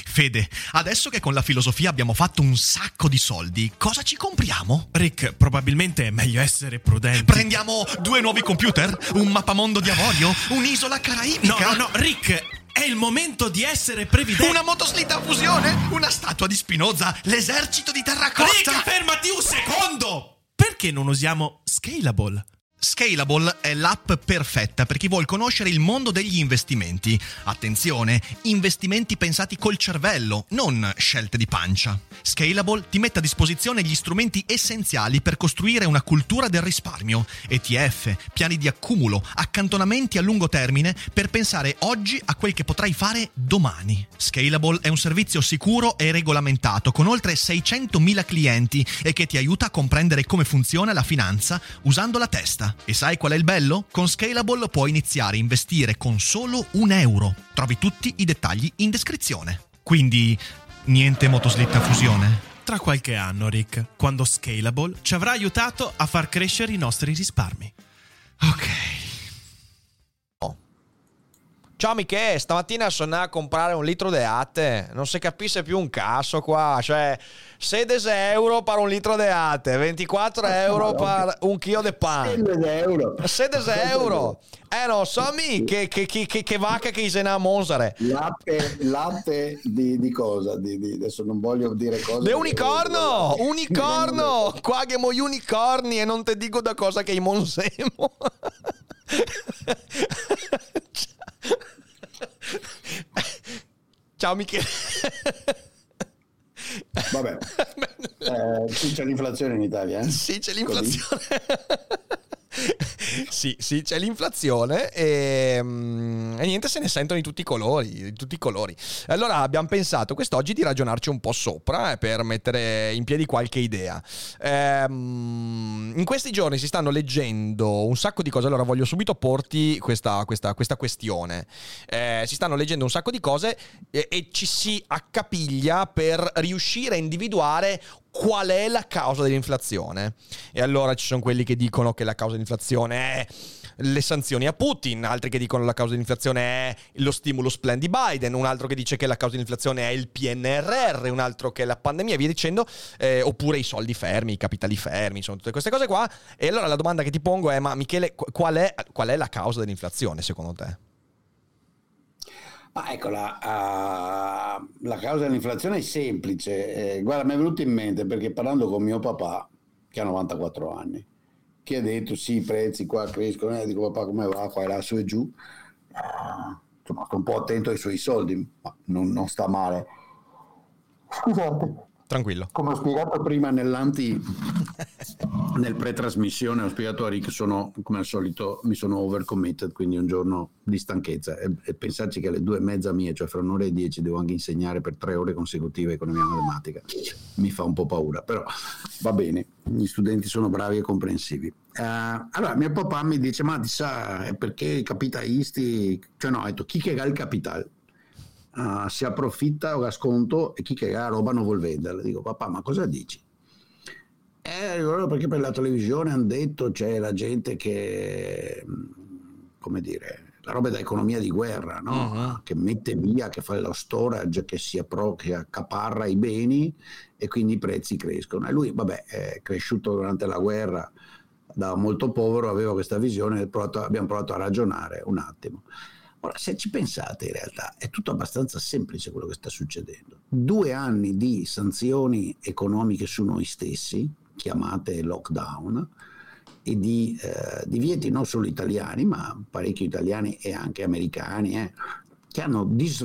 Fede, adesso che con la filosofia abbiamo fatto un sacco di soldi, cosa ci compriamo? Rick, probabilmente è meglio essere prudenti. Prendiamo 2 nuovi computer? Un mappamondo di avorio? Un'isola caraibica? No, Rick, è il momento di essere previdenti. Una motoslitta a fusione? Una statua di Spinoza? L'esercito di terracotta? Rick, fermati un secondo! Perché non usiamo Scalable? Scalable è l'app perfetta per chi vuol conoscere il mondo degli investimenti. Attenzione, investimenti pensati col cervello, non scelte di pancia. Scalable ti mette a disposizione gli strumenti essenziali per costruire una cultura del risparmio, ETF, piani di accumulo, accantonamenti a lungo termine per pensare oggi a quel che potrai fare domani. Scalable è un servizio sicuro e regolamentato con oltre 600.000 clienti e che ti aiuta a comprendere come funziona la finanza usando la testa. E sai qual è il bello? Con Scalable puoi iniziare a investire con solo €1. Trovi tutti i dettagli in descrizione. Quindi, niente motoslitta a fusione? Tra qualche anno, Rick, quando Scalable ci avrà aiutato a far crescere i nostri risparmi. Ok. Ciao Michele, stamattina sono andato a comprare un litro di latte, non si capisce più un cazzo qua, cioè 16 euro per un litro di latte, 24 euro per un chilo di pane. 16 euro. 16 euro. Non so che vacca che se ne ha a Monsare. Latte di cosa? Adesso non voglio dire cose. De unicorno! Unicorno! Qua abbiamo gli unicorni e non ti dico da cosa che i monsemo. Ciao Michele. Vabbè, sì, c'è l'inflazione in Italia, eh? Sì, c'è l'inflazione. Sì, c'è l'inflazione e niente, se ne sentono di tutti i colori. Allora abbiamo pensato quest'oggi di ragionarci un po' sopra per mettere in piedi qualche idea. In questi giorni si stanno leggendo un sacco di cose. Allora voglio subito porti questa questione. Si stanno leggendo un sacco di cose e ci si accapiglia per riuscire a individuare qual è la causa dell'inflazione. E allora ci sono quelli che dicono che la causa dell'inflazione è le sanzioni a Putin, altri che dicono la causa dell'inflazione è lo stimulus plan di Biden, un altro che dice che la causa dell'inflazione è il PNRR, un altro che è la pandemia, via dicendo, oppure i soldi fermi, i capitali fermi, sono tutte queste cose qua. E allora la domanda che ti pongo è: ma Michele, qual è la causa dell'inflazione secondo te? Ecco, la causa dell'inflazione è semplice. Guarda, mi è venuto in mente perché parlando con mio papà, che ha 94 anni, che ha detto sì, i prezzi qua crescono, dico papà come va, qua e là, su e giù. Insomma, sto un po' attento ai suoi soldi, ma non sta male. Scusate. Tranquillo. Come ho spiegato prima nel pre-trasmissione, ho spiegato a Rick, come al solito mi sono overcommitted, quindi un giorno di stanchezza e pensarci che alle 2:30 mie, cioè fra un'ora e 10, devo anche insegnare per 3 ore consecutive economia e matematica, mi fa un po' paura, però va bene, gli studenti sono bravi e comprensivi. Allora mio papà mi dice: ma sa perché i capitalisti, cioè no, ha detto chi che ha il capitale si approfitta o ha sconto e chi che ha roba non vuol venderla. Dico papà, ma cosa dici? Perché per la televisione hanno detto c'è la gente che, come dire, la roba è da economia di guerra, no? Uh-huh. Che mette via, che fa lo storage, che accaparra i beni e quindi i prezzi crescono. E lui, vabbè, è cresciuto durante la guerra da molto povero, aveva questa visione, abbiamo provato a ragionare un attimo. Ora, se ci pensate, in realtà è tutto abbastanza semplice quello che sta succedendo. 2 anni di sanzioni economiche su noi stessi, chiamate lockdown, e di divieti non solo italiani, ma parecchi italiani e anche americani, che hanno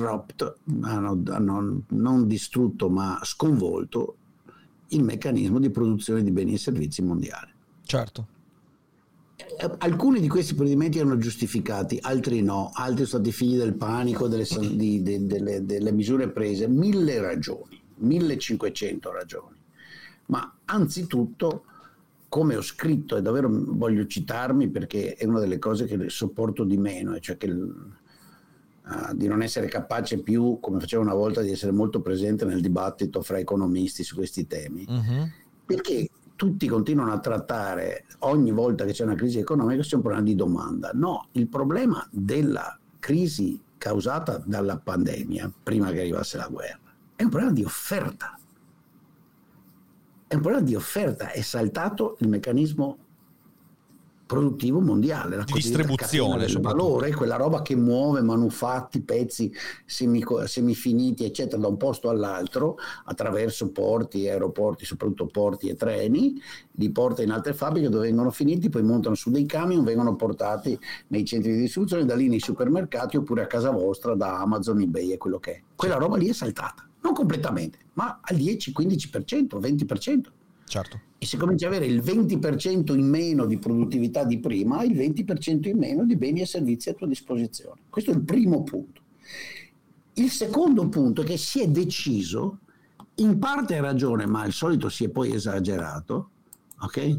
non distrutto ma sconvolto il meccanismo di produzione di beni e servizi mondiale. Certo. Alcuni di questi provvedimenti erano giustificati, altri no, altri sono stati figli del panico, delle misure prese, 1000 ragioni, 1500 ragioni. Ma anzitutto, come ho scritto, e davvero voglio citarmi perché è una delle cose che sopporto di meno, cioè che di non essere capace più, come facevo una volta, di essere molto presente nel dibattito fra economisti su questi temi, perché tutti continuano a trattare ogni volta che c'è una crisi economica sia un problema di domanda. No, il problema della crisi causata dalla pandemia, prima che arrivasse la guerra, È un problema di offerta. È un problema di offerta. È saltato il meccanismo produttivo mondiale, la di distribuzione, del valore, quella roba che muove manufatti, pezzi semifiniti, eccetera, da un posto all'altro attraverso porti, aeroporti, soprattutto porti e treni, li porta in altre fabbriche dove vengono finiti, poi montano su dei camion, vengono portati nei centri di distribuzione, da lì nei supermercati oppure a casa vostra da Amazon, eBay e quello che è. Quella roba lì è saltata, non completamente, ma al 10, 15%, 20%. Certo. E se cominci ad avere il 20% in meno di produttività di prima, il 20% in meno di beni e servizi a tua disposizione. Questo è il primo punto. Il secondo punto è che si è deciso, in parte hai ragione, ma al solito si è poi esagerato, ok?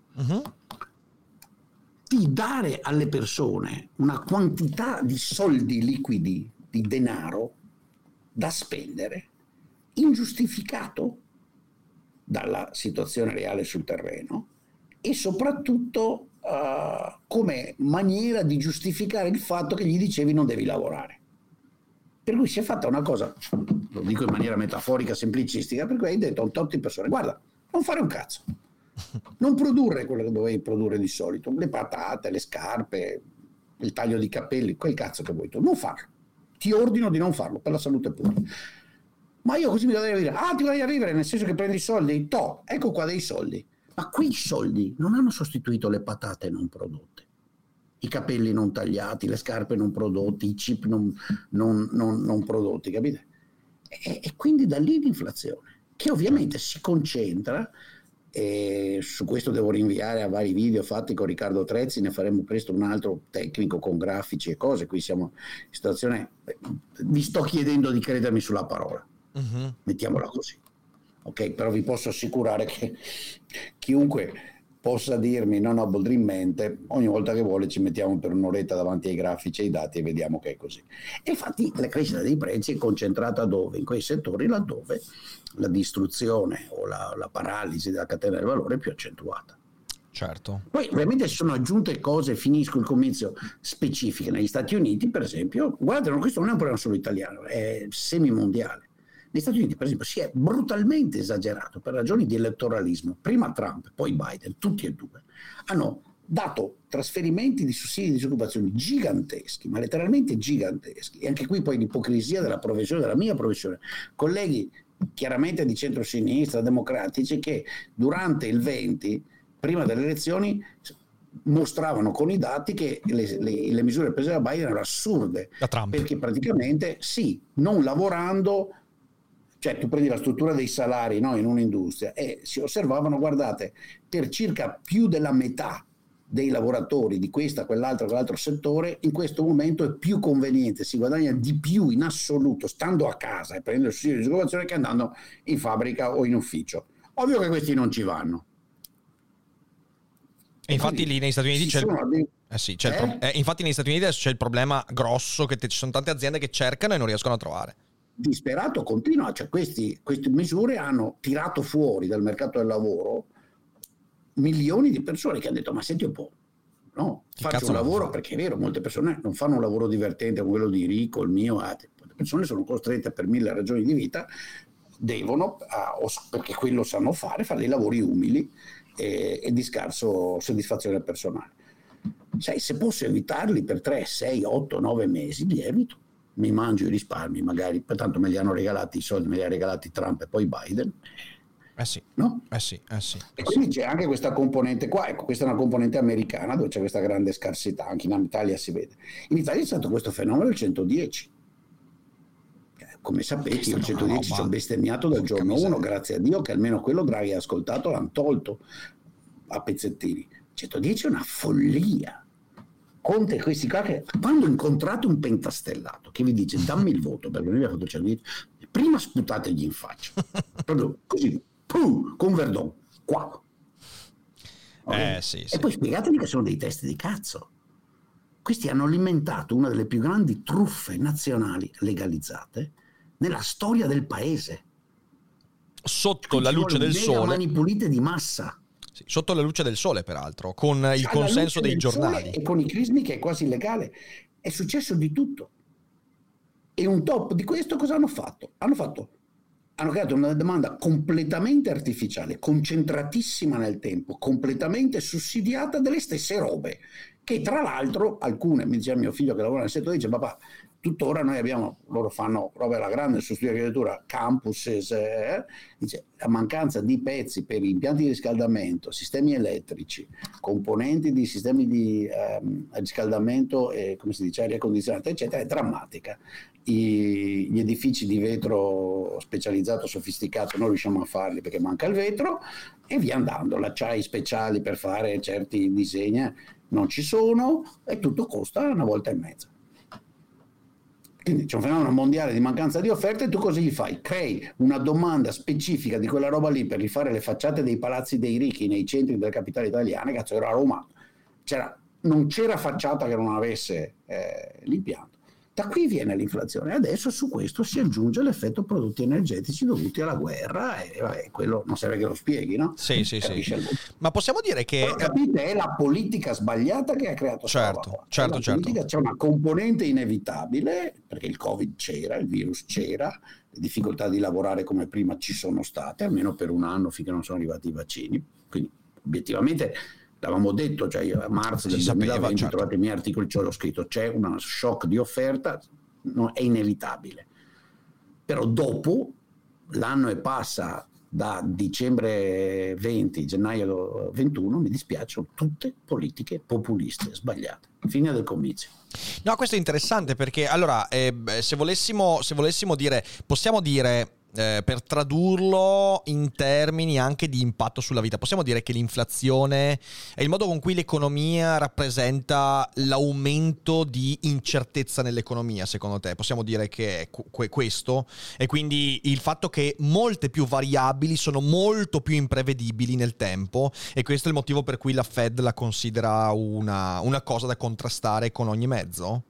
Di dare alle persone una quantità di soldi liquidi, di denaro, da spendere, ingiustificato dalla situazione reale sul terreno e soprattutto come maniera di giustificare il fatto che gli dicevi non devi lavorare. Per cui si è fatta una cosa, lo dico in maniera metaforica, semplicistica, per cui hai detto a un tot di persone: guarda, non fare un cazzo, non produrre quello che dovevi produrre di solito, le patate, le scarpe, il taglio di capelli, quel cazzo che vuoi tu, non farlo, ti ordino di non farlo per la salute pubblica. Ma io così mi devo dire, ti vai a vivere, nel senso che prendi i soldi? Ecco qua dei soldi. Ma quei soldi non hanno sostituito le patate non prodotte, i capelli non tagliati, le scarpe non prodotti, i chip non prodotti, capite? E quindi da lì l'inflazione, che ovviamente si concentra, e su questo devo rinviare a vari video fatti con Riccardo Trezzi, ne faremo presto un altro tecnico con grafici e cose, qui siamo in situazione, vi sto chiedendo di credermi sulla parola. Mettiamola così, ok? Però vi posso assicurare che chiunque possa dirmi non abbodri in mente, ogni volta che vuole ci mettiamo per un'oretta davanti ai grafici e ai dati e vediamo che è così. E infatti la crescita dei prezzi è concentrata dove? In quei settori laddove la distruzione o la paralisi della catena del valore è più accentuata. Certo. Poi ovviamente si sono aggiunte cose, finisco il comizio, specifiche. Negli Stati Uniti, per esempio, guardate, questo non è un problema solo italiano, è semimondiale. Negli Stati Uniti, per esempio, si è brutalmente esagerato per ragioni di elettoralismo. Prima Trump, poi Biden, tutti e due, hanno dato trasferimenti di sussidi di disoccupazione giganteschi, ma letteralmente giganteschi. E anche qui poi l'ipocrisia della professione, della mia professione. Colleghi chiaramente di centrosinistra, democratici, che durante il 20, prima delle elezioni, mostravano con i dati che le misure prese da Biden erano assurde. Da Trump. Perché praticamente, sì, non lavorando... Cioè tu prendi la struttura dei salari, no, in un'industria e si osservavano, guardate, per circa più della metà dei lavoratori di quell'altro settore, in questo momento è più conveniente, si guadagna di più in assoluto stando a casa e prendendo il sussidio di disoccupazione che andando in fabbrica o in ufficio. Ovvio che questi non ci vanno. E infatti lì negli Stati Uniti infatti negli Stati Uniti adesso c'è il problema grosso che ci sono tante aziende che cercano e non riescono a trovare. Disperato continua, cioè queste misure hanno tirato fuori dal mercato del lavoro milioni di persone che hanno detto: ma senti un po', no, faccio un lavoro, perché è vero, molte persone non fanno un lavoro divertente come quello di Rico, il mio, le persone sono costrette per 1000 ragioni di vita, devono, perché quello sanno fare dei lavori umili e di scarso soddisfazione personale. Sai, se posso evitarli per 3, 6, 8, 9 mesi, li evito. Mi mangio i risparmi, magari, tanto me li hanno regalati i soldi, me li ha regalati Trump e poi Biden. Sì. No? Sì. E quindi c'è anche questa componente qua, ecco, questa è una componente americana dove c'è questa grande scarsità, anche in Italia si vede. In Italia è stato questo fenomeno del 110. Come sapete, io il 110 ci ho bestemmiato dal giorno 1, grazie a Dio che almeno quello Draghi ha ascoltato, l'hanno tolto a pezzettini. 110 è una follia. Conte questi qua che quando incontrate un pentastellato che vi dice dammi il voto perché noi abbiamo fatto il 110, prima sputategli in faccia proprio così, con Verdon qua, okay? Sì. E poi spiegatemi che sono dei testi di cazzo. Questi hanno alimentato una delle più grandi truffe nazionali legalizzate nella storia del paese, sotto la luce del sole, mani pulite di massa. Sì, sotto la luce del sole, peraltro, con il consenso dei giornali. E con i crismi che è quasi illegale. È successo di tutto. E un top di questo cosa hanno fatto? Hanno fatto hanno creato una domanda completamente artificiale, concentratissima nel tempo, completamente sussidiata delle stesse robe, che tra l'altro alcune, mi diceva mio figlio che lavora nel settore, dice papà, tuttora noi abbiamo, loro fanno roba alla grande su studio di architettura, campus, dice la mancanza di pezzi per impianti di riscaldamento, sistemi elettrici, componenti di sistemi di riscaldamento e come si dice aria condizionata eccetera è drammatica. Gli edifici di vetro specializzato sofisticato non riusciamo a farli perché manca il vetro e via andando, l'acciai speciali per fare certi disegni non ci sono e tutto costa 1,5 volte. Quindi c'è un fenomeno mondiale di mancanza di offerte e tu cosa gli fai? Crei una domanda specifica di quella roba lì per rifare le facciate dei palazzi dei ricchi nei centri delle capitali italiane. Cazzo, era a Roma, non c'era facciata che non avesse l'impianto. Da qui viene l'inflazione. Adesso su questo si aggiunge l'effetto prodotti energetici dovuti alla guerra e vabbè, quello non serve che lo spieghi, no? Sì. Ma possiamo dire che... Però, capite, è la politica sbagliata che ha creato certo. C'è una componente inevitabile, perché il Covid c'era, il virus c'era, le difficoltà di lavorare come prima ci sono state, almeno per un anno finché non sono arrivati i vaccini. Quindi, obiettivamente... L'avevamo detto, cioè a marzo del 2020, certo. Trovate i miei articoli, ce l'ho scritto, c'è una shock di offerta, è inevitabile. Però dopo, l'anno e passa da dicembre 20, gennaio 21, mi dispiace, sono tutte politiche populiste, sbagliate. Fine del comizio. No, questo è interessante perché, allora, se volessimo dire, possiamo dire... per tradurlo in termini anche di impatto sulla vita, possiamo dire che l'inflazione è il modo con cui l'economia rappresenta l'aumento di incertezza nell'economia, secondo te? Possiamo dire che è questo? E quindi il fatto che molte più variabili sono molto più imprevedibili nel tempo e questo è il motivo per cui la Fed la considera una cosa da contrastare con ogni mezzo?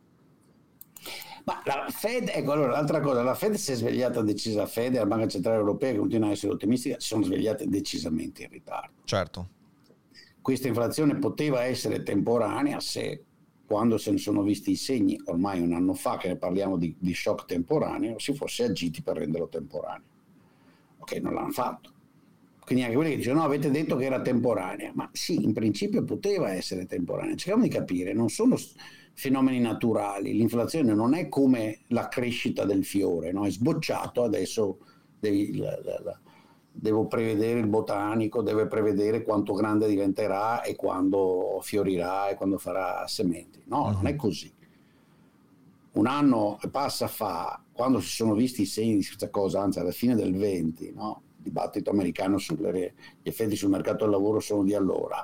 Ma la Fed, ecco, allora l'altra cosa, la Fed si è svegliata decisa, la Fed e la Banca Centrale Europea che continua a essere ottimistica si sono svegliate decisamente in ritardo. Certo. Questa inflazione poteva essere temporanea se, quando se ne sono visti i segni, ormai un anno fa che ne parliamo di shock temporaneo, si fosse agiti per renderlo temporaneo. Ok, non l'hanno fatto. Quindi anche quelli che dicono no, avete detto che era temporanea, ma sì, in principio poteva essere temporanea. Cerchiamo di capire, non sono fenomeni naturali, l'inflazione non è come la crescita del fiore, no? È sbocciato, adesso devo prevedere il botanico, deve prevedere quanto grande diventerà e quando fiorirà e quando farà sementi. No, non è così. Un anno passa fa, quando si sono visti i segni di questa cosa, anzi alla fine del 20, no? Il dibattito americano gli effetti sul mercato del lavoro sono di allora.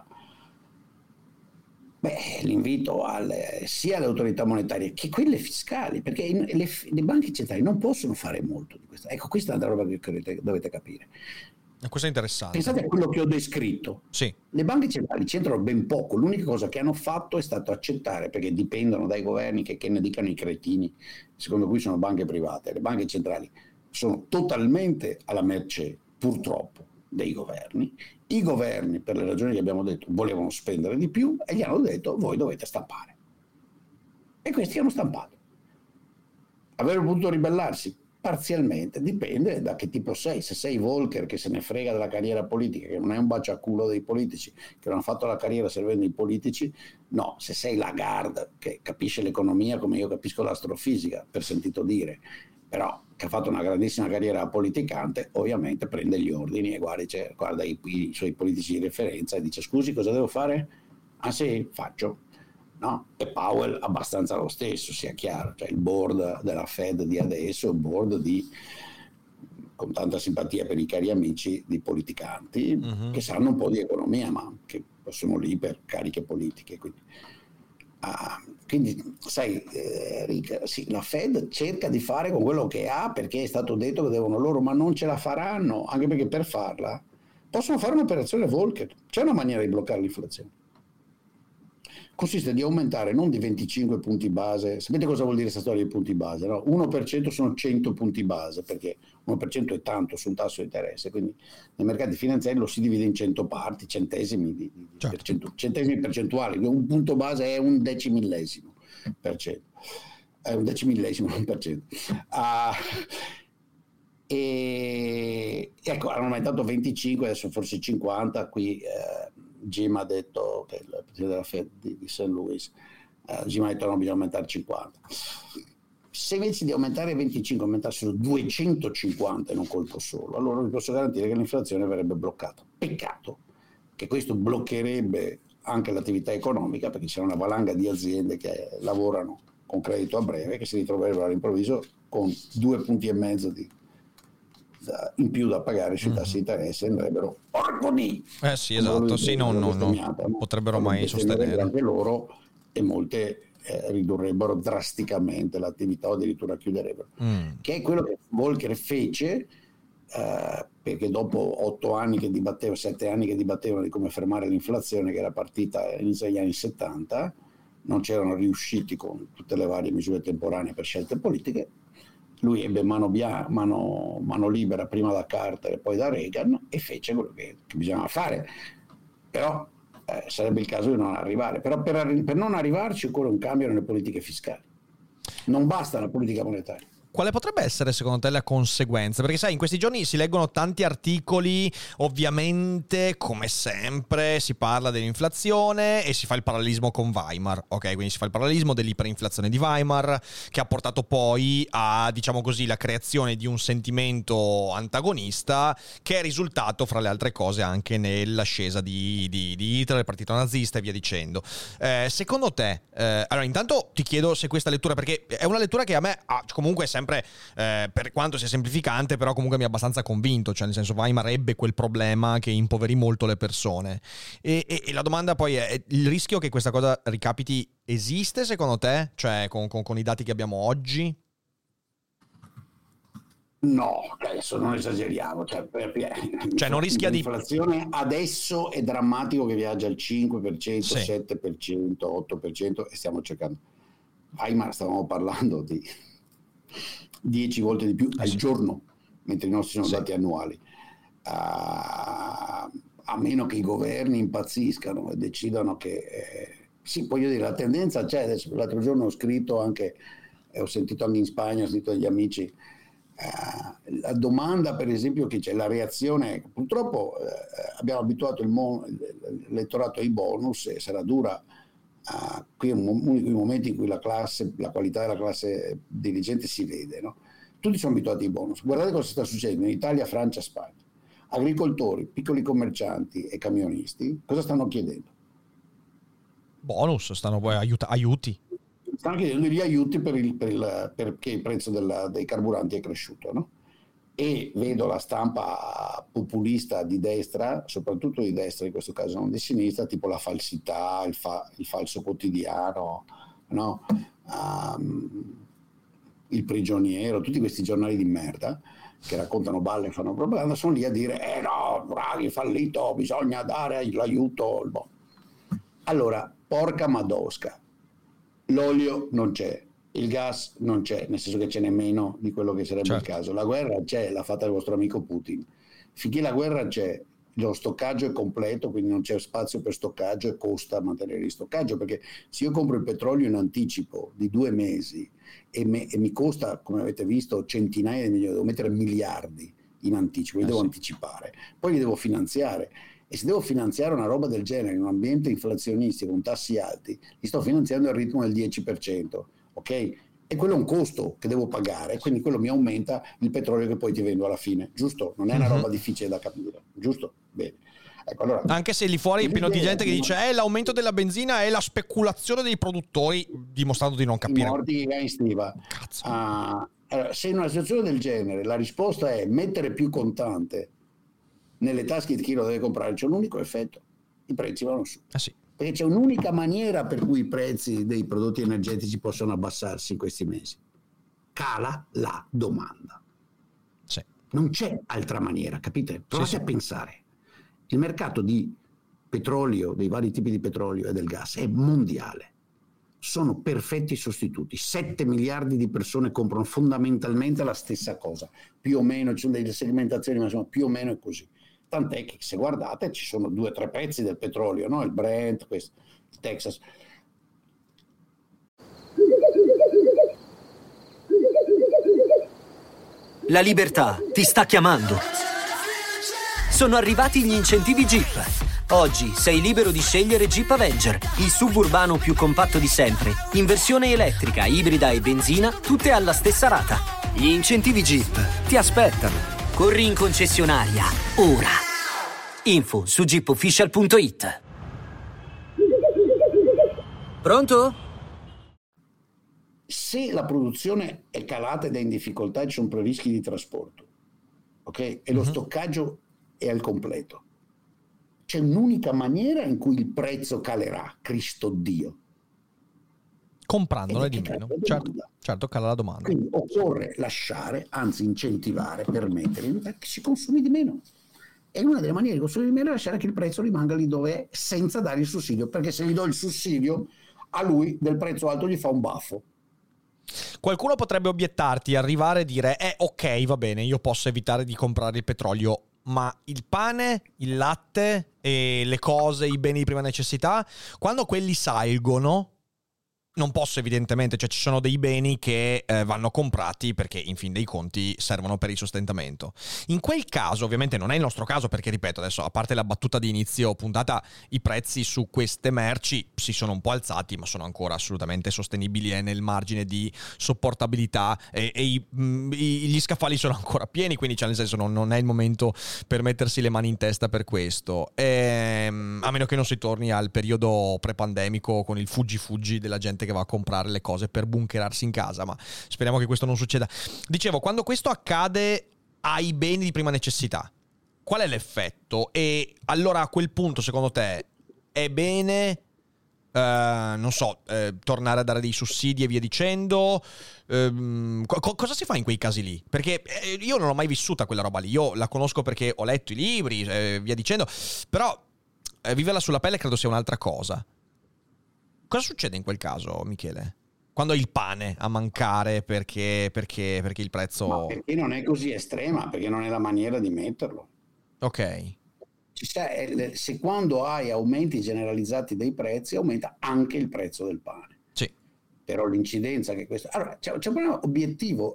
L'invito sia alle autorità monetarie che quelle fiscali, perché le banche centrali non possono fare molto di questo. Ecco, questa è la roba che dovete capire. Questo è interessante. Pensate a quello che ho descritto. Sì. Le banche centrali c'entrano ben poco. L'unica cosa che hanno fatto è stato accettare, perché dipendono dai governi che ne dicano i cretini, secondo cui sono banche private. Le banche centrali sono totalmente alla mercé, purtroppo, dei governi. I governi, per le ragioni che abbiamo detto, volevano spendere di più e gli hanno detto voi dovete stampare. E questi hanno stampato. Avrebbero potuto ribellarsi? Parzialmente, dipende da che tipo sei. Se sei Volcker che se ne frega della carriera politica, che non è un baciaculo dei politici, che non ha fatto la carriera servendo i politici, no. Se sei Lagarde che capisce l'economia come io capisco l'astrofisica, per sentito dire, però che ha fatto una grandissima carriera politicante, ovviamente prende gli ordini e guarda i suoi politici di referenza e dice scusi cosa devo fare? Ah sì, faccio. No? E Powell abbastanza lo stesso, sia chiaro, cioè il board della Fed di adesso è un board con tanta simpatia per i cari amici di politicanti che sanno un po' di economia ma che sono lì per cariche politiche, quindi sai Rick, sì, la Fed cerca di fare con quello che ha perché è stato detto che devono loro, ma non ce la faranno, anche perché per farla possono fare un'operazione Volcker. C'è una maniera di bloccare l'inflazione, consiste di aumentare non di 25 punti base. Sapete cosa vuol dire questa storia dei punti base? No? 1% sono 100 punti base, perché 1% è tanto su un tasso di interesse, quindi nei mercati finanziari lo si divide in 100 parti, centesimi, centesimi percentuali. Un punto base è un decimillesimo per cento, è un decimillesimo, non per cento. ecco, hanno aumentato 25, adesso forse 50. Qui Jim ha detto, che è il presidente della Fed di St. Louis, Jim ha detto no, bisogna aumentare 50. Se invece di aumentare 25 aumentassero 250 in un colpo solo, allora vi posso garantire che l'inflazione verrebbe bloccata. Peccato che questo bloccherebbe anche l'attività economica, perché c'è una valanga di aziende che lavorano con credito a breve che si ritroverebbero all'improvviso con 2,5 punti in più da pagare sui tassi di interesse, e andrebbero porco di sì, esatto, sì, non potrebbero mai sostenere anche loro, e molte ridurrebbero drasticamente l'attività o addirittura chiuderebbero, che è quello che Volcker fece, perché dopo 8 anni che dibatteva, 7 anni che dibattevano di come fermare l'inflazione, che era partita all'inizio degli anni 70, non c'erano riusciti con tutte le varie misure temporanee per scelte politiche. Lui ebbe mano libera prima da Carter e poi da Reagan, e fece quello che bisognava fare. Però sarebbe il caso di non arrivare. Però per non arrivarci occorre un cambio nelle politiche fiscali. Non basta la politica monetaria. Quale potrebbe essere secondo te la conseguenza? Perché sai, in questi giorni si leggono tanti articoli, ovviamente, come sempre, si parla dell'inflazione e si fa il parallelismo con Weimar, ok? Quindi si fa il parallelismo dell'iperinflazione di Weimar, che ha portato poi a, diciamo così, la creazione di un sentimento antagonista che è risultato, fra le altre cose, anche nell'ascesa di Hitler, il partito nazista e via dicendo. Secondo te, allora intanto ti chiedo se questa lettura, perché è una lettura che a me comunque è sempre, per quanto sia semplificante, però comunque mi ha abbastanza convinto, cioè nel senso Weimar ebbe quel problema che impoverì molto le persone, e la domanda poi è: il rischio che questa cosa ricapiti esiste secondo te? Cioè con i dati che abbiamo oggi? No, adesso non esageriamo, cioè non rischia di... L'inflazione adesso è drammatico che viaggia al 5%, sì. 7%, 8%, e stiamo cercando. Weimar stavamo parlando di 10 volte di più al giorno, mentre i nostri sono dati annuali. A meno che i governi impazziscano e decidano che sì, voglio dire, la tendenza c'è. Adesso l'altro giorno ho scritto anche, ho sentito anche in Spagna, ho sentito dagli amici, la domanda per esempio che c'è, la reazione, purtroppo abbiamo abituato l'elettorato ai bonus, e sarà dura. Qui è uno dei momenti in cui la qualità della classe dirigente si vede, no? Tutti sono abituati ai bonus. Guardate cosa sta succedendo in Italia, Francia, Spagna. Agricoltori, piccoli commercianti e camionisti cosa stanno chiedendo? Bonus, stanno aiuti. Stanno chiedendo gli aiuti perché il prezzo dei carburanti è cresciuto, no? E vedo la stampa populista di destra, soprattutto di destra in questo caso, non di sinistra, tipo La Falsità, il Falso Quotidiano, no? Il Prigioniero, tutti questi giornali di merda che raccontano balle e fanno propaganda, sono lì a dire no, Draghi è fallito, bisogna dare l'aiuto. Allora, porca madosca, l'olio non c'è, il gas non c'è, nel senso che ce n'è meno di quello che sarebbe il caso. La guerra c'è, l'ha fatta il vostro amico Putin. Finché la guerra c'è, lo stoccaggio è completo, quindi non c'è spazio per stoccaggio e costa mantenere il stoccaggio, perché se io compro il petrolio in anticipo di 2 mesi e mi costa, come avete visto, centinaia di milioni, devo mettere miliardi in anticipo, li devo anticipare, poi li devo finanziare. E se devo finanziare una roba del genere in un ambiente inflazionistico con tassi alti, li sto finanziando al ritmo del 10%, ok? E quello è un costo che devo pagare, quindi quello mi aumenta il petrolio che poi ti vendo alla fine, giusto? Non è una roba difficile da capire, giusto? Bene. Ecco, allora, anche se lì fuori è pieno di gente che dice l'aumento della benzina è la speculazione dei produttori, dimostrando di non capire. I morti in stiva. Allora, se in una situazione del genere la risposta è mettere più contante nelle tasche di chi lo deve comprare, c'è un unico effetto: i prezzi vanno su. Sì. Perché c'è un'unica maniera per cui i prezzi dei prodotti energetici possono abbassarsi in questi mesi: cala la domanda. Sì. Non c'è altra maniera, capite? Provate a pensare. Il mercato di petrolio, dei vari tipi di petrolio e del gas è mondiale. Sono perfetti sostituti. 7 miliardi di persone comprano fondamentalmente la stessa cosa, più o meno, ci sono delle segmentazioni, ma insomma più o meno è così. Tant'è che se guardate ci sono 2 o 3 pezzi del petrolio, no? Il Brent, il Texas. La libertà ti sta chiamando. Sono arrivati gli incentivi Jeep. Oggi sei libero di scegliere Jeep Avenger, il suburbano più compatto di sempre, in versione elettrica, ibrida e benzina, tutte alla stessa rata. Gli incentivi Jeep ti aspettano. Corri in concessionaria, ora. Info su jeepofficial.it. Pronto? Se la produzione è calata ed è in difficoltà, ci sono rischi di trasporto, ok? E lo stoccaggio è al completo. C'è un'unica maniera in cui il prezzo calerà, Cristo Dio. Comprandone di meno. Certo, cala la domanda. Quindi occorre lasciare, anzi incentivare, permettere che si consumi di meno. E una delle maniere di consumare di meno è lasciare che il prezzo rimanga lì dove è, senza dare il sussidio, perché se gli do il sussidio, a lui del prezzo alto gli fa un baffo. Qualcuno potrebbe obiettarti, arrivare e dire ok, va bene, io posso evitare di comprare il petrolio, ma il pane, il latte e le cose, i beni di prima necessità, quando quelli salgono, non posso evidentemente, cioè ci sono dei beni che vanno comprati perché in fin dei conti servono per il sostentamento. In quel caso, ovviamente non è il nostro caso perché, ripeto, adesso a parte la battuta di inizio puntata, i prezzi su queste merci si sono un po' alzati, ma sono ancora assolutamente sostenibili e nel margine di sopportabilità e gli scaffali sono ancora pieni, quindi cioè, nel senso non è il momento per mettersi le mani in testa per questo. A meno che non si torni al periodo prepandemico con il fuggi della gente che va a comprare le cose per bunkerarsi in casa, ma speriamo che questo non succeda. Dicevo, quando questo accade ai beni di prima necessità, qual è l'effetto? E allora a quel punto, secondo te, è bene, tornare a dare dei sussidi e via dicendo? Cosa si fa in quei casi lì? Perché io non l'ho mai vissuta quella roba lì, io la conosco perché ho letto i libri, via dicendo, però viverla sulla pelle credo sia un'altra cosa. Cosa succede in quel caso, Michele? Quando hai il pane a mancare perché il prezzo... Ma perché non è così estrema, perché non è la maniera di metterlo. Ok. Se quando hai aumenti generalizzati dei prezzi, aumenta anche il prezzo del pane. Sì. Però l'incidenza che questo... Allora, c'è un problema obiettivo.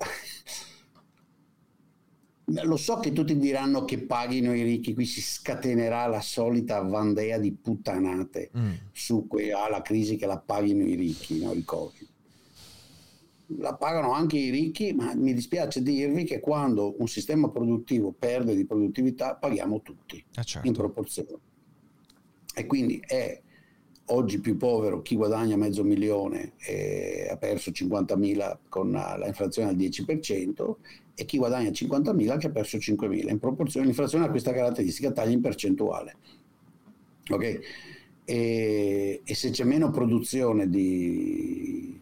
Lo so che tutti diranno che paghino i ricchi, qui si scatenerà la solita vandea di puttanate su la crisi che la paghino i ricchi, no? Il Covid. La pagano anche i ricchi, ma mi dispiace dirvi che quando un sistema produttivo perde di produttività paghiamo tutti, certo. In proporzione. E quindi è oggi più povero chi guadagna $500,000 e ha perso 50.000 con la inflazione al 10%, e chi guadagna 50.000 che ha perso 5.000. In proporzione, l'inflazione ha questa caratteristica, taglia in percentuale. Ok? E se c'è meno produzione di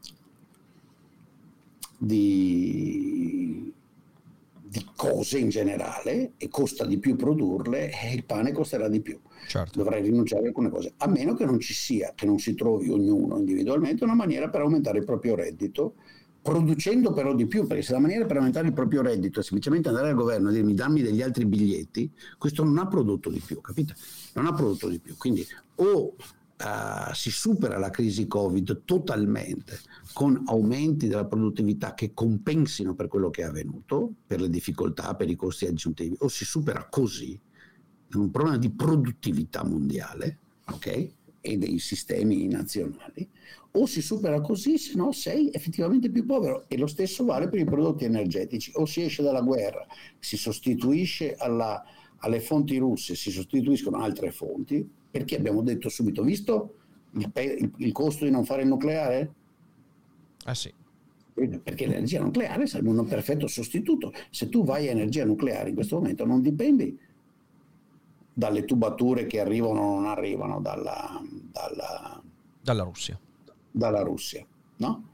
cose in generale e costa di più produrle, il pane costerà di più. Certo. Dovrai rinunciare a alcune cose, a meno che non ci sia, che non si trovi ognuno individualmente una maniera per aumentare il proprio reddito, producendo però di più, perché se la maniera per aumentare il proprio reddito è semplicemente andare al governo e dirmi dammi degli altri biglietti, questo non ha prodotto di più, capite? Non ha prodotto di più, quindi o si supera la crisi Covid totalmente con aumenti della produttività che compensino per quello che è avvenuto, per le difficoltà, per i costi aggiuntivi, o si supera così, è un problema di produttività mondiale, ok? E dei sistemi nazionali, o si supera così, se no sei effettivamente più povero. E lo stesso vale per i prodotti energetici: o si esce dalla guerra, si sostituisce alle fonti russe, si sostituiscono altre fonti, perché abbiamo detto subito, visto il costo di non fare il nucleare? Sì. Perché l'energia nucleare sarebbe un perfetto sostituto. Se tu vai a energia nucleare in questo momento non dipendi dalle tubature che arrivano o non arrivano dalla Russia. Dalla Russia, no?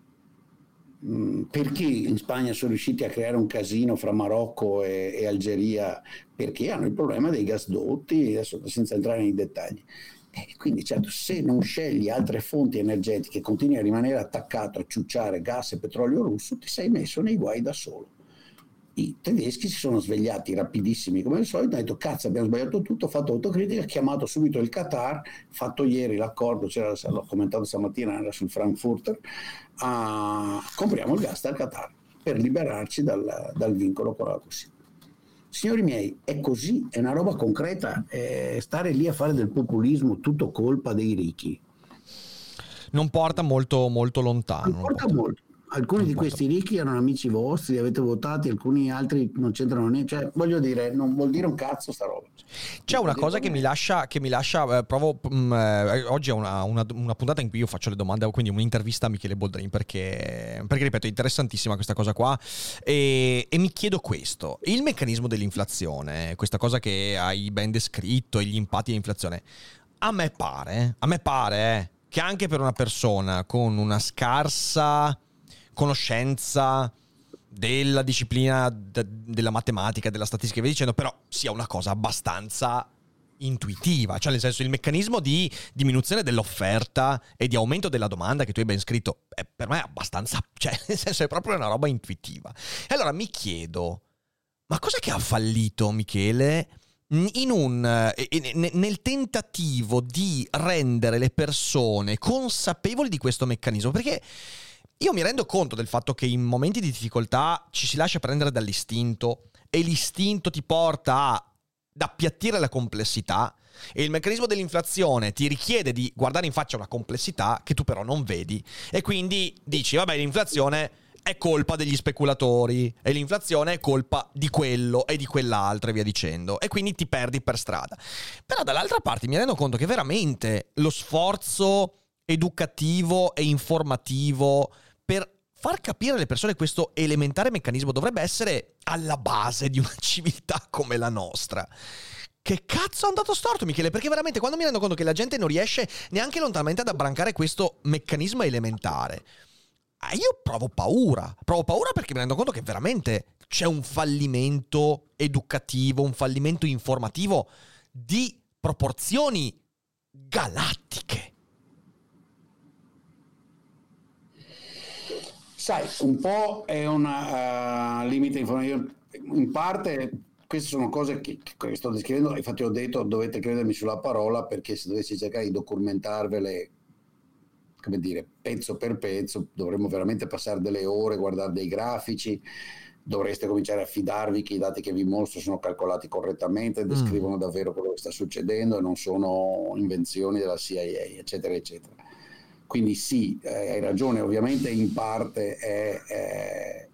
Perché in Spagna sono riusciti a creare un casino fra Marocco e Algeria? Perché hanno il problema dei gasdotti, adesso senza entrare nei dettagli. Quindi certo, se non scegli altre fonti energetiche, continui a rimanere attaccato a ciucciare gas e petrolio russo, ti sei messo nei guai da solo. I tedeschi si sono svegliati rapidissimi come al solito, hanno detto cazzo abbiamo sbagliato tutto, ho fatto autocritica, chiamato subito il Qatar, fatto ieri l'accordo, l'ho commentato stamattina, era sul Frankfurter, compriamo il gas dal Qatar per liberarci dal vincolo con la Russia. Signori miei, è così, è una roba concreta. Stare lì a fare del populismo tutto colpa dei ricchi Non porta molto, molto lontano. non porta molto. Alcuni di questi ricchi erano amici vostri, li avete votati, alcuni altri non c'entrano niente. Cioè, voglio dire, non vuol dire un cazzo sta roba. C'è una cosa che mi lascia provo, oggi è una puntata in cui io faccio le domande, quindi un'intervista a Michele Boldrin, perché ripeto, è interessantissima questa cosa qua, e mi chiedo questo: il meccanismo dell'inflazione, questa cosa che hai ben descritto, e gli impatti dell'inflazione, a me pare che anche per una persona con una scarsa conoscenza della disciplina della matematica, della statistica e via dicendo, però sia una cosa abbastanza intuitiva, cioè nel senso, il meccanismo di diminuzione dell'offerta e di aumento della domanda che tu hai ben scritto, per me è abbastanza, cioè nel senso è proprio una roba intuitiva. E allora mi chiedo, ma cos'è che ha fallito Michele nel tentativo di rendere le persone consapevoli di questo meccanismo? Perché io mi rendo conto del fatto che in momenti di difficoltà ci si lascia prendere dall'istinto, e l'istinto ti porta ad appiattire la complessità, e il meccanismo dell'inflazione ti richiede di guardare in faccia una complessità che tu però non vedi, e quindi dici vabbè, l'inflazione è colpa degli speculatori, e l'inflazione è colpa di quello e di quell'altro e via dicendo, e quindi ti perdi per strada. Però dall'altra parte mi rendo conto che veramente lo sforzo educativo e informativo per far capire alle persone questo elementare meccanismo dovrebbe essere alla base di una civiltà come la nostra. Che cazzo è andato storto, Michele? Perché veramente quando mi rendo conto che la gente non riesce neanche lontanamente ad abbrancare questo meccanismo elementare, io provo paura perché mi rendo conto che veramente c'è un fallimento educativo, un fallimento informativo di proporzioni galattiche. Sai, un po' è una limite informativo, in parte queste sono cose che sto descrivendo, infatti ho detto dovete credermi sulla parola, perché se dovessi cercare di documentarvele, come dire, pezzo per pezzo, dovremmo veramente passare delle ore, guardare dei grafici, dovreste cominciare a fidarvi che i dati che vi mostro sono calcolati correttamente, descrivono davvero quello che sta succedendo e non sono invenzioni della CIA, eccetera, eccetera. Quindi sì, hai ragione, ovviamente in parte è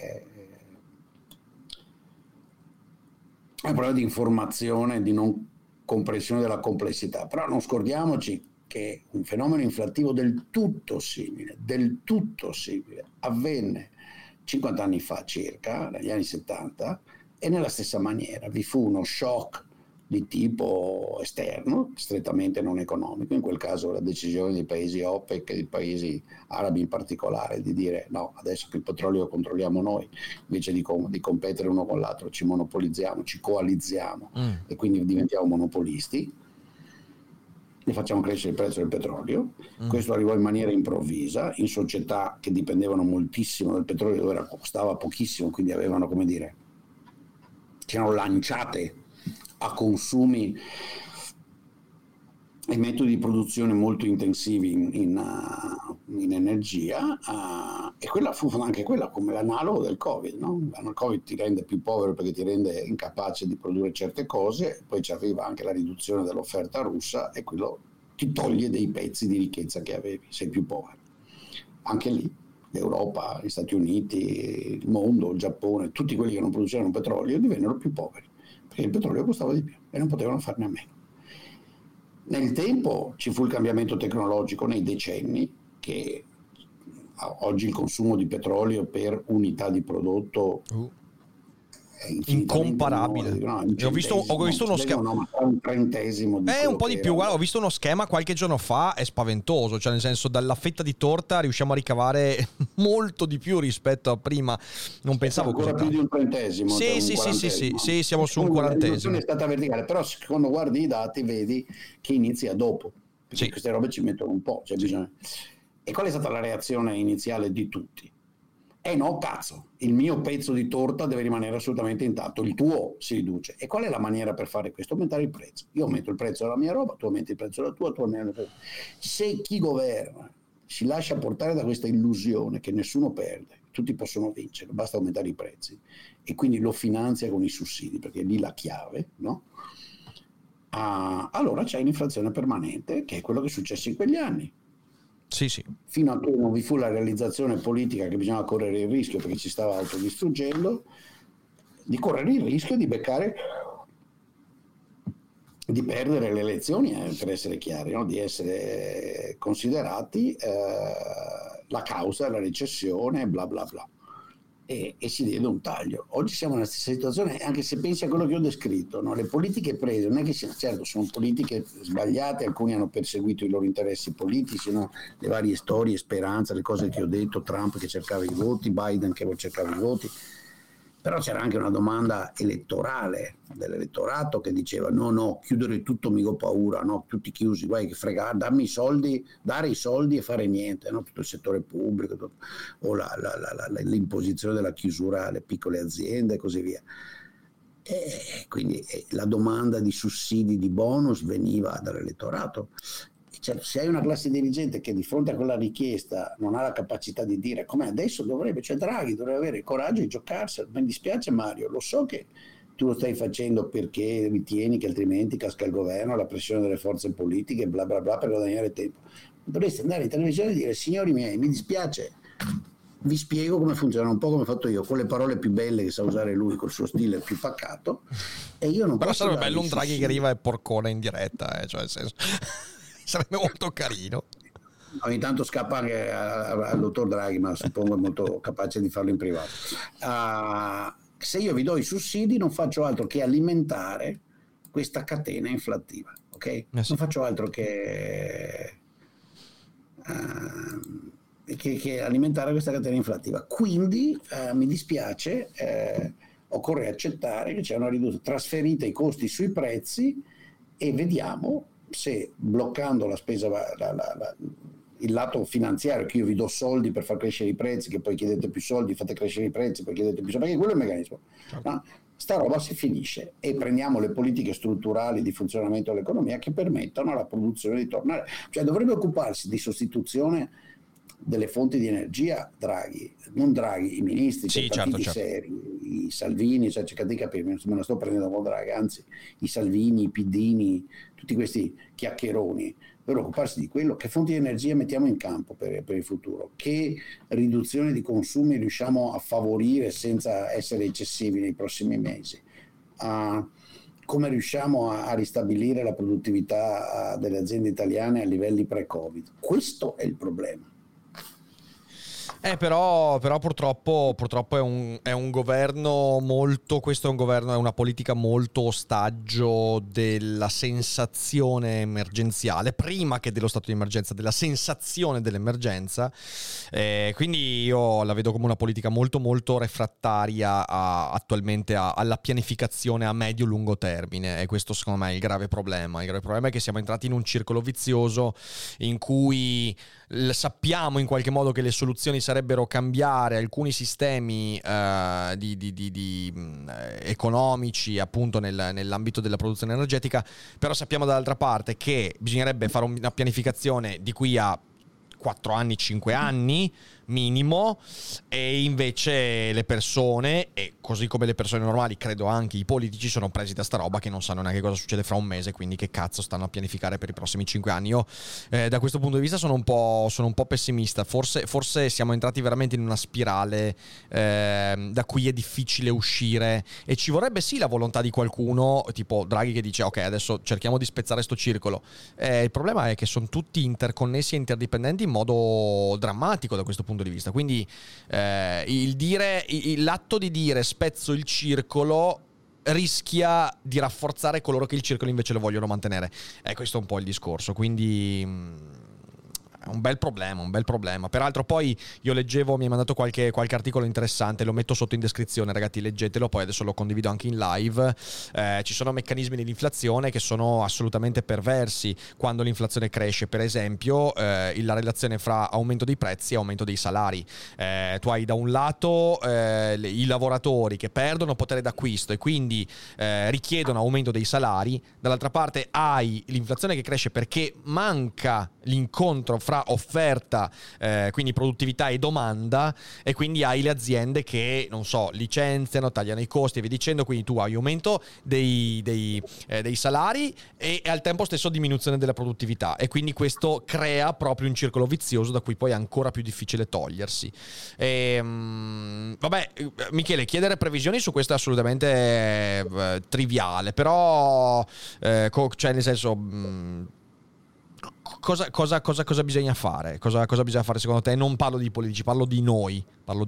un problema di informazione, di non comprensione della complessità, però non scordiamoci che un fenomeno inflattivo del tutto simile avvenne 50 anni fa circa, negli anni 70, e nella stessa maniera vi fu uno shock di tipo esterno, strettamente non economico, in quel caso la decisione dei paesi OPEC e dei paesi arabi in particolare di dire no, adesso che il petrolio lo controlliamo noi, invece di competere uno con l'altro ci monopolizziamo, ci coalizziamo e quindi diventiamo monopolisti e facciamo crescere il prezzo del petrolio. Questo arrivò in maniera improvvisa in società che dipendevano moltissimo dal petrolio, dove costava pochissimo, quindi avevano, come dire, si erano lanciate a consumi e metodi di produzione molto intensivi in energia, e quella fu anche quella come l'analogo del Covid, no? Il Covid ti rende più povero perché ti rende incapace di produrre certe cose, poi ci arriva anche la riduzione dell'offerta russa e quello ti toglie dei pezzi di ricchezza che avevi, sei più povero. Anche lì l'Europa, gli Stati Uniti, il mondo, il Giappone, tutti quelli che non producevano petrolio divennero più poveri, perché il petrolio costava di più e non potevano farne a meno. Nel tempo ci fu il cambiamento tecnologico nei decenni, che oggi il consumo di petrolio per unità di prodotto è incomparabile. Ho visto uno schema, un trentesimo di un po' di più. Guarda, ho visto uno schema qualche giorno fa, è spaventoso, cioè nel senso, dalla fetta di torta riusciamo a ricavare molto di più rispetto a prima. Non pensavo ancora così più di un trentesimo. Sì, siamo su un quarantesimo. La è stata verticale, però quando guardi i dati vedi che inizia dopo, perché queste robe ci mettono un po', cioè bisogna... E qual è stata la reazione iniziale di tutti? No, cazzo, il mio pezzo di torta deve rimanere assolutamente intatto, il tuo si riduce. E qual è la maniera per fare questo? Aumentare il prezzo. Io aumento il prezzo della mia roba, tu aumenti il prezzo della tua, tu aumenti il prezzo. Se chi governa si lascia portare da questa illusione che nessuno perde, tutti possono vincere, basta aumentare i prezzi, e quindi lo finanzia con i sussidi, perché è lì la chiave, no? Allora c'è un'inflazione permanente, che è quello che è successo in quegli anni. Sì. Fino a che non vi fu la realizzazione politica che bisognava correre il rischio, perché ci stava autodistruggendo, di correre il rischio di perdere le elezioni, per essere chiari, no? Di essere considerati la causa della recessione, bla bla bla. E si diede un taglio. Oggi siamo nella stessa situazione, anche se pensi a quello che ho descritto, no? Le politiche prese non è che siano, certo, sono politiche sbagliate, alcuni hanno perseguito i loro interessi politici, no? Le varie storie, speranze, le cose che ho detto, Trump che cercava i voti, Biden che cercava i voti, però c'era anche una domanda elettorale dell'elettorato che diceva no, chiudere tutto mi do paura, no, tutti chiusi, guai che fregare, dammi i soldi, dare i soldi e fare niente, no? Tutto il settore pubblico, tutto, o l'imposizione della chiusura alle piccole aziende e così via. E quindi la domanda di sussidi, di bonus veniva dall'elettorato. Certo, se hai una classe dirigente che di fronte a quella richiesta non ha la capacità di dire come adesso dovrebbe, cioè Draghi dovrebbe avere il coraggio di giocarselo. Mi dispiace Mario, lo so che tu lo stai facendo perché ritieni che altrimenti casca il governo, la pressione delle forze politiche, bla bla bla, per guadagnare tempo. Dovresti andare in televisione e dire: signori miei, mi dispiace, vi spiego come funziona, un po' come ho fatto io, con le parole più belle che sa usare lui, col suo stile più pacato, e io non però posso. sarebbe bello un Draghi che arriva e porcona in diretta, cioè nel senso sarebbe molto carino. Ogni tanto scappa anche al dottor Draghi, ma suppongo è molto capace di farlo in privato. Se io vi do i sussidi non faccio altro che alimentare questa catena inflattiva, ok? Sì. Non faccio altro che alimentare questa catena inflattiva. Quindi mi dispiace, occorre accettare che c'è una riduzione, trasferite i costi sui prezzi e vediamo se bloccando la spesa, il lato finanziario, che io vi do soldi per far crescere i prezzi, che poi chiedete più soldi, fate crescere i prezzi, poi chiedete più soldi, perché quello è il meccanismo. No? Sta roba si finisce e prendiamo le politiche strutturali di funzionamento dell'economia che permettano alla produzione di tornare. Cioè dovrebbe occuparsi di sostituzione delle fonti di energia Draghi, non Draghi, i ministri, sì, certo. seri, i Salvini, cioè cercate di capire, me la sto prendendo con Draghi, anzi i Salvini, i Piddini, tutti questi chiacchieroni, per occuparsi di quello, che fonti di energia mettiamo in campo per il futuro, che riduzione di consumi riusciamo a favorire senza essere eccessivi nei prossimi mesi, come riusciamo a ristabilire la produttività delle aziende italiane a livelli pre-Covid. Questo è il problema. Però purtroppo è un governo molto, questo è un governo, è una politica molto ostaggio della sensazione emergenziale, prima che dello stato di emergenza, della sensazione dell'emergenza, quindi io la vedo come una politica molto molto refrattaria attualmente alla pianificazione a medio-lungo termine, e questo secondo me è il grave problema. Il grave problema è che siamo entrati in un circolo vizioso in cui sappiamo in qualche modo che le soluzioni sarebbero cambiare alcuni sistemi economici appunto nell'ambito della produzione energetica, però sappiamo dall'altra parte che bisognerebbe fare una pianificazione di qui a 4 anni, 5 anni minimo, e invece le persone, e così come le persone normali, credo anche i politici, sono presi da sta roba che non sanno neanche cosa succede fra un mese, quindi che cazzo stanno a pianificare per i prossimi 5 anni. Io da questo punto di vista sono un po' pessimista, forse siamo entrati veramente in una spirale da cui è difficile uscire, e ci vorrebbe sì la volontà di qualcuno tipo Draghi che dice ok, adesso cerchiamo di spezzare sto circolo. Il problema è che sono tutti interconnessi e interdipendenti in modo drammatico da questo punto di vista, quindi l'atto di dire spezzo il circolo rischia di rafforzare coloro che il circolo invece lo vogliono mantenere, questo è un po' il discorso, quindi è un bel problema. Peraltro poi io leggevo, mi hai mandato qualche articolo interessante, lo metto sotto in descrizione, ragazzi, leggetelo, poi adesso lo condivido anche in live. Ci sono meccanismi dell'inflazione che sono assolutamente perversi quando l'inflazione cresce. Per esempio la relazione fra aumento dei prezzi e aumento dei salari. Tu hai da un lato i lavoratori che perdono potere d'acquisto e quindi richiedono aumento dei salari, dall'altra parte hai l'inflazione che cresce perché manca l'incontro fra offerta, quindi produttività e domanda, e quindi hai le aziende che, non so, licenziano, tagliano i costi e via dicendo, quindi tu hai aumento dei salari e al tempo stesso diminuzione della produttività, e quindi questo crea proprio un circolo vizioso da cui poi è ancora più difficile togliersi. Vabbè, Michele, chiedere previsioni su questo è assolutamente triviale, però cioè nel senso, cosa bisogna fare? Cosa bisogna fare secondo te? Non parlo di politici, parlo di noi.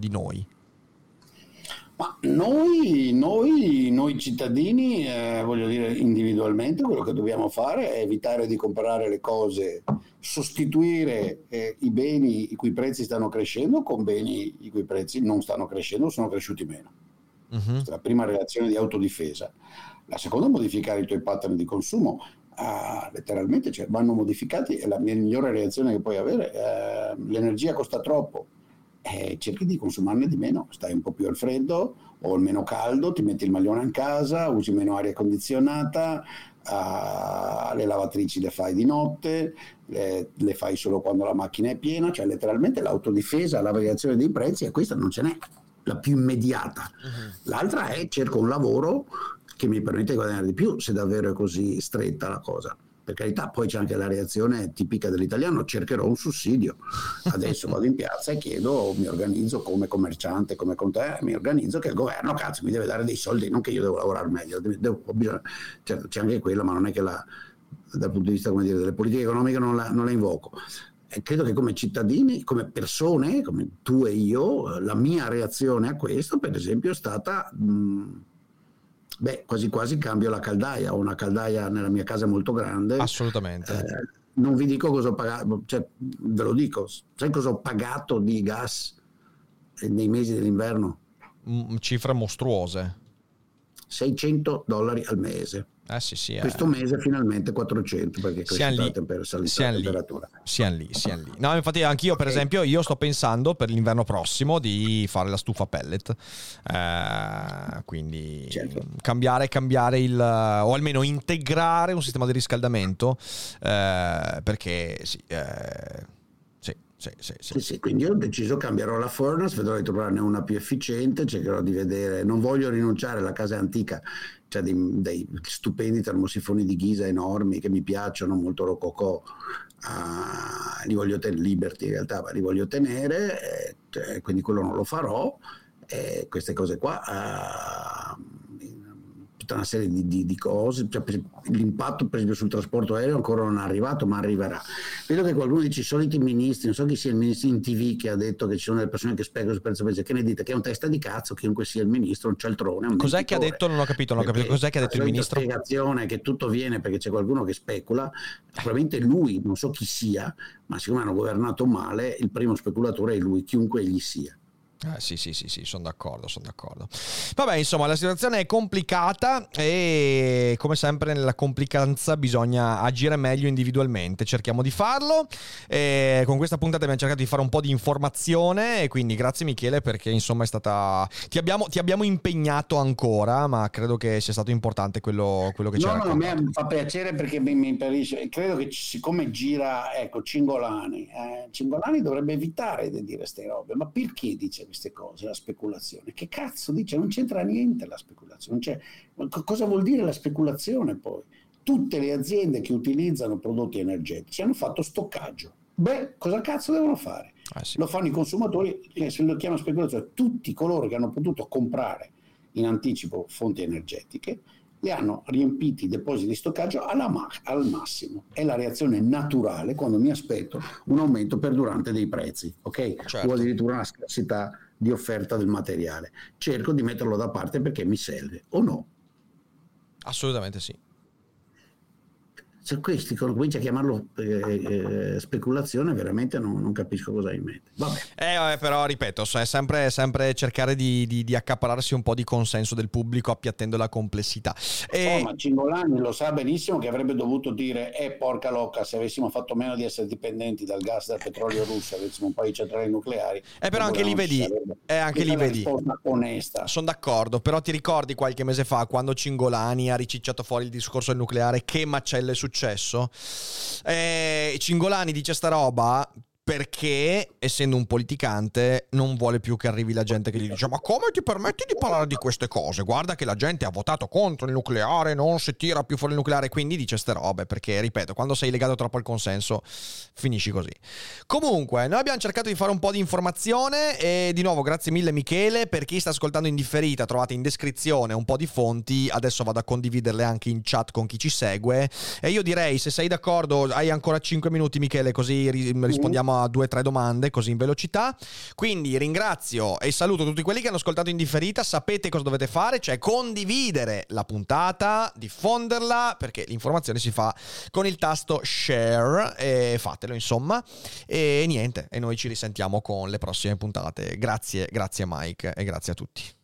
Ma noi cittadini, voglio dire, individualmente quello che dobbiamo fare è evitare di comprare le cose, sostituire i beni i cui prezzi stanno crescendo con beni i cui prezzi non stanno crescendo o sono cresciuti meno. Questa è la prima reazione di autodifesa. La seconda, modificare i tuoi pattern di consumo. Letteralmente, cioè, vanno modificati, e la migliore reazione che puoi avere, l'energia costa troppo, cerchi di consumarne di meno, stai un po' più al freddo o al meno caldo, ti metti il maglione in casa, usi meno aria condizionata, le lavatrici le fai di notte, le fai solo quando la macchina è piena, cioè letteralmente l'autodifesa, la variazione dei prezzi, e questa non ce n'è, la più immediata. L'altra è: cerco un lavoro che mi permette di guadagnare di più, se davvero è così stretta la cosa. Per carità, poi c'è anche la reazione tipica dell'italiano: cercherò un sussidio. Adesso vado in piazza e chiedo, mi organizzo come commerciante, come con te, mi organizzo che il governo, cazzo, mi deve dare dei soldi, non che io devo lavorare meglio, ho bisogno. Certo, c'è anche quello, ma non è che dal punto di vista, come dire, delle politiche economiche non la invoco. E credo che come cittadini, come persone, come tu e io, la mia reazione a questo, per esempio, è stata... quasi quasi cambio la caldaia. Ho una caldaia nella mia casa molto grande. Assolutamente. Non vi dico cosa ho pagato, cioè, ve lo dico. Sai cosa ho pagato di gas nei mesi dell'inverno? Cifre mostruose. $600 al mese. Sì. Questo mese finalmente 400, perché cresce la temperatura. Siamo lì. No, infatti anch'io, per esempio, io sto pensando per l'inverno prossimo di fare la stufa pellet, quindi certo, cambiare o almeno integrare un sistema di riscaldamento, perché Sì, quindi io ho deciso, cambierò la furnace, vedrò di trovarne una più efficiente, cercherò di vedere, non voglio rinunciare alla casa antica, cioè dei stupendi termosifoni di ghisa enormi che mi piacciono, molto rococò, li voglio tenere, Liberty in realtà, ma li voglio tenere, quindi quello non lo farò, queste cose qua, tutta una serie di cose, cioè, l'impatto per esempio sul trasporto aereo ancora non è arrivato, ma arriverà. Vedo che qualcuno dice: i soliti ministri, non so chi sia il ministro in TV che ha detto che ci sono delle persone che speculano sul prezzo del paese. Che ne dite? Che è un testa di cazzo chiunque sia il ministro, un cialtrone. Cos'è che ha detto? Non ho capito. Cos'è che ha detto il ministro? La spiegazione che tutto viene perché c'è qualcuno che specula, probabilmente lui, non so chi sia, ma siccome hanno governato male, il primo speculatore è lui, chiunque egli sia. Sì, sono d'accordo. Vabbè, insomma, la situazione è complicata e come sempre nella complicanza bisogna agire meglio individualmente. Cerchiamo di farlo. Con questa puntata abbiamo cercato di fare un po' di informazione e quindi grazie Michele, perché insomma è stata... Ti abbiamo impegnato ancora, ma credo che sia stato importante quello che ci ha raccontato. No, a me fa piacere perché mi impedisce. Credo che siccome gira, Cingolani dovrebbe evitare di dire ste robe, ma perché dice queste cose, la speculazione? Che cazzo dice? Non c'entra niente la speculazione. Cosa vuol dire la speculazione poi? Tutte le aziende che utilizzano prodotti energetici hanno fatto stoccaggio. Cosa cazzo devono fare? Sì. Lo fanno i consumatori, se lo chiamano speculazione. Tutti coloro che hanno potuto comprare in anticipo fonti energetiche li hanno riempiti i depositi di stoccaggio al massimo. È la reazione naturale quando mi aspetto un aumento perdurante dei prezzi, ok? Certo. O addirittura una scarsità di offerta del materiale. Cerco di metterlo da parte perché mi serve, o no? Assolutamente sì. Se questi comincia a chiamarlo speculazione, veramente non capisco cosa hai in mente. Vabbè, però ripeto, è sempre cercare di accaparrarsi un po' di consenso del pubblico appiattendo la complessità. Ma Cingolani lo sa benissimo che avrebbe dovuto dire: porca locca, se avessimo fatto meno di essere dipendenti dal gas, dal petrolio russo, avessimo un po' di centrali nucleari. Però anche lì vedi, risposta onesta. Sono d'accordo, però ti ricordi qualche mese fa quando Cingolani ha ricicciato fuori il discorso del nucleare, che macelle succedevano successo? Cingolani dice sta roba perché, essendo un politicante, non vuole più che arrivi la gente che gli dice: ma come ti permetti di parlare di queste cose? Guarda che la gente ha votato contro il nucleare, non si tira più fuori il nucleare. Quindi dice ste robe perché, ripeto, quando sei legato troppo al consenso finisci così. Comunque, noi abbiamo cercato di fare un po' di informazione e di nuovo grazie mille Michele. Per chi sta ascoltando in differita, trovate in descrizione un po' di fonti, adesso vado a condividerle anche in chat con chi ci segue. E io direi, se sei d'accordo, hai ancora 5 minuti Michele, così rispondiamo a 2 o 3 domande così in velocità. Quindi ringrazio e saluto tutti quelli che hanno ascoltato in differita. Sapete cosa dovete fare, cioè condividere la puntata, diffonderla, perché l'informazione si fa con il tasto share, e fatelo insomma. E niente, e noi ci risentiamo con le prossime puntate. Grazie Mike e grazie a tutti.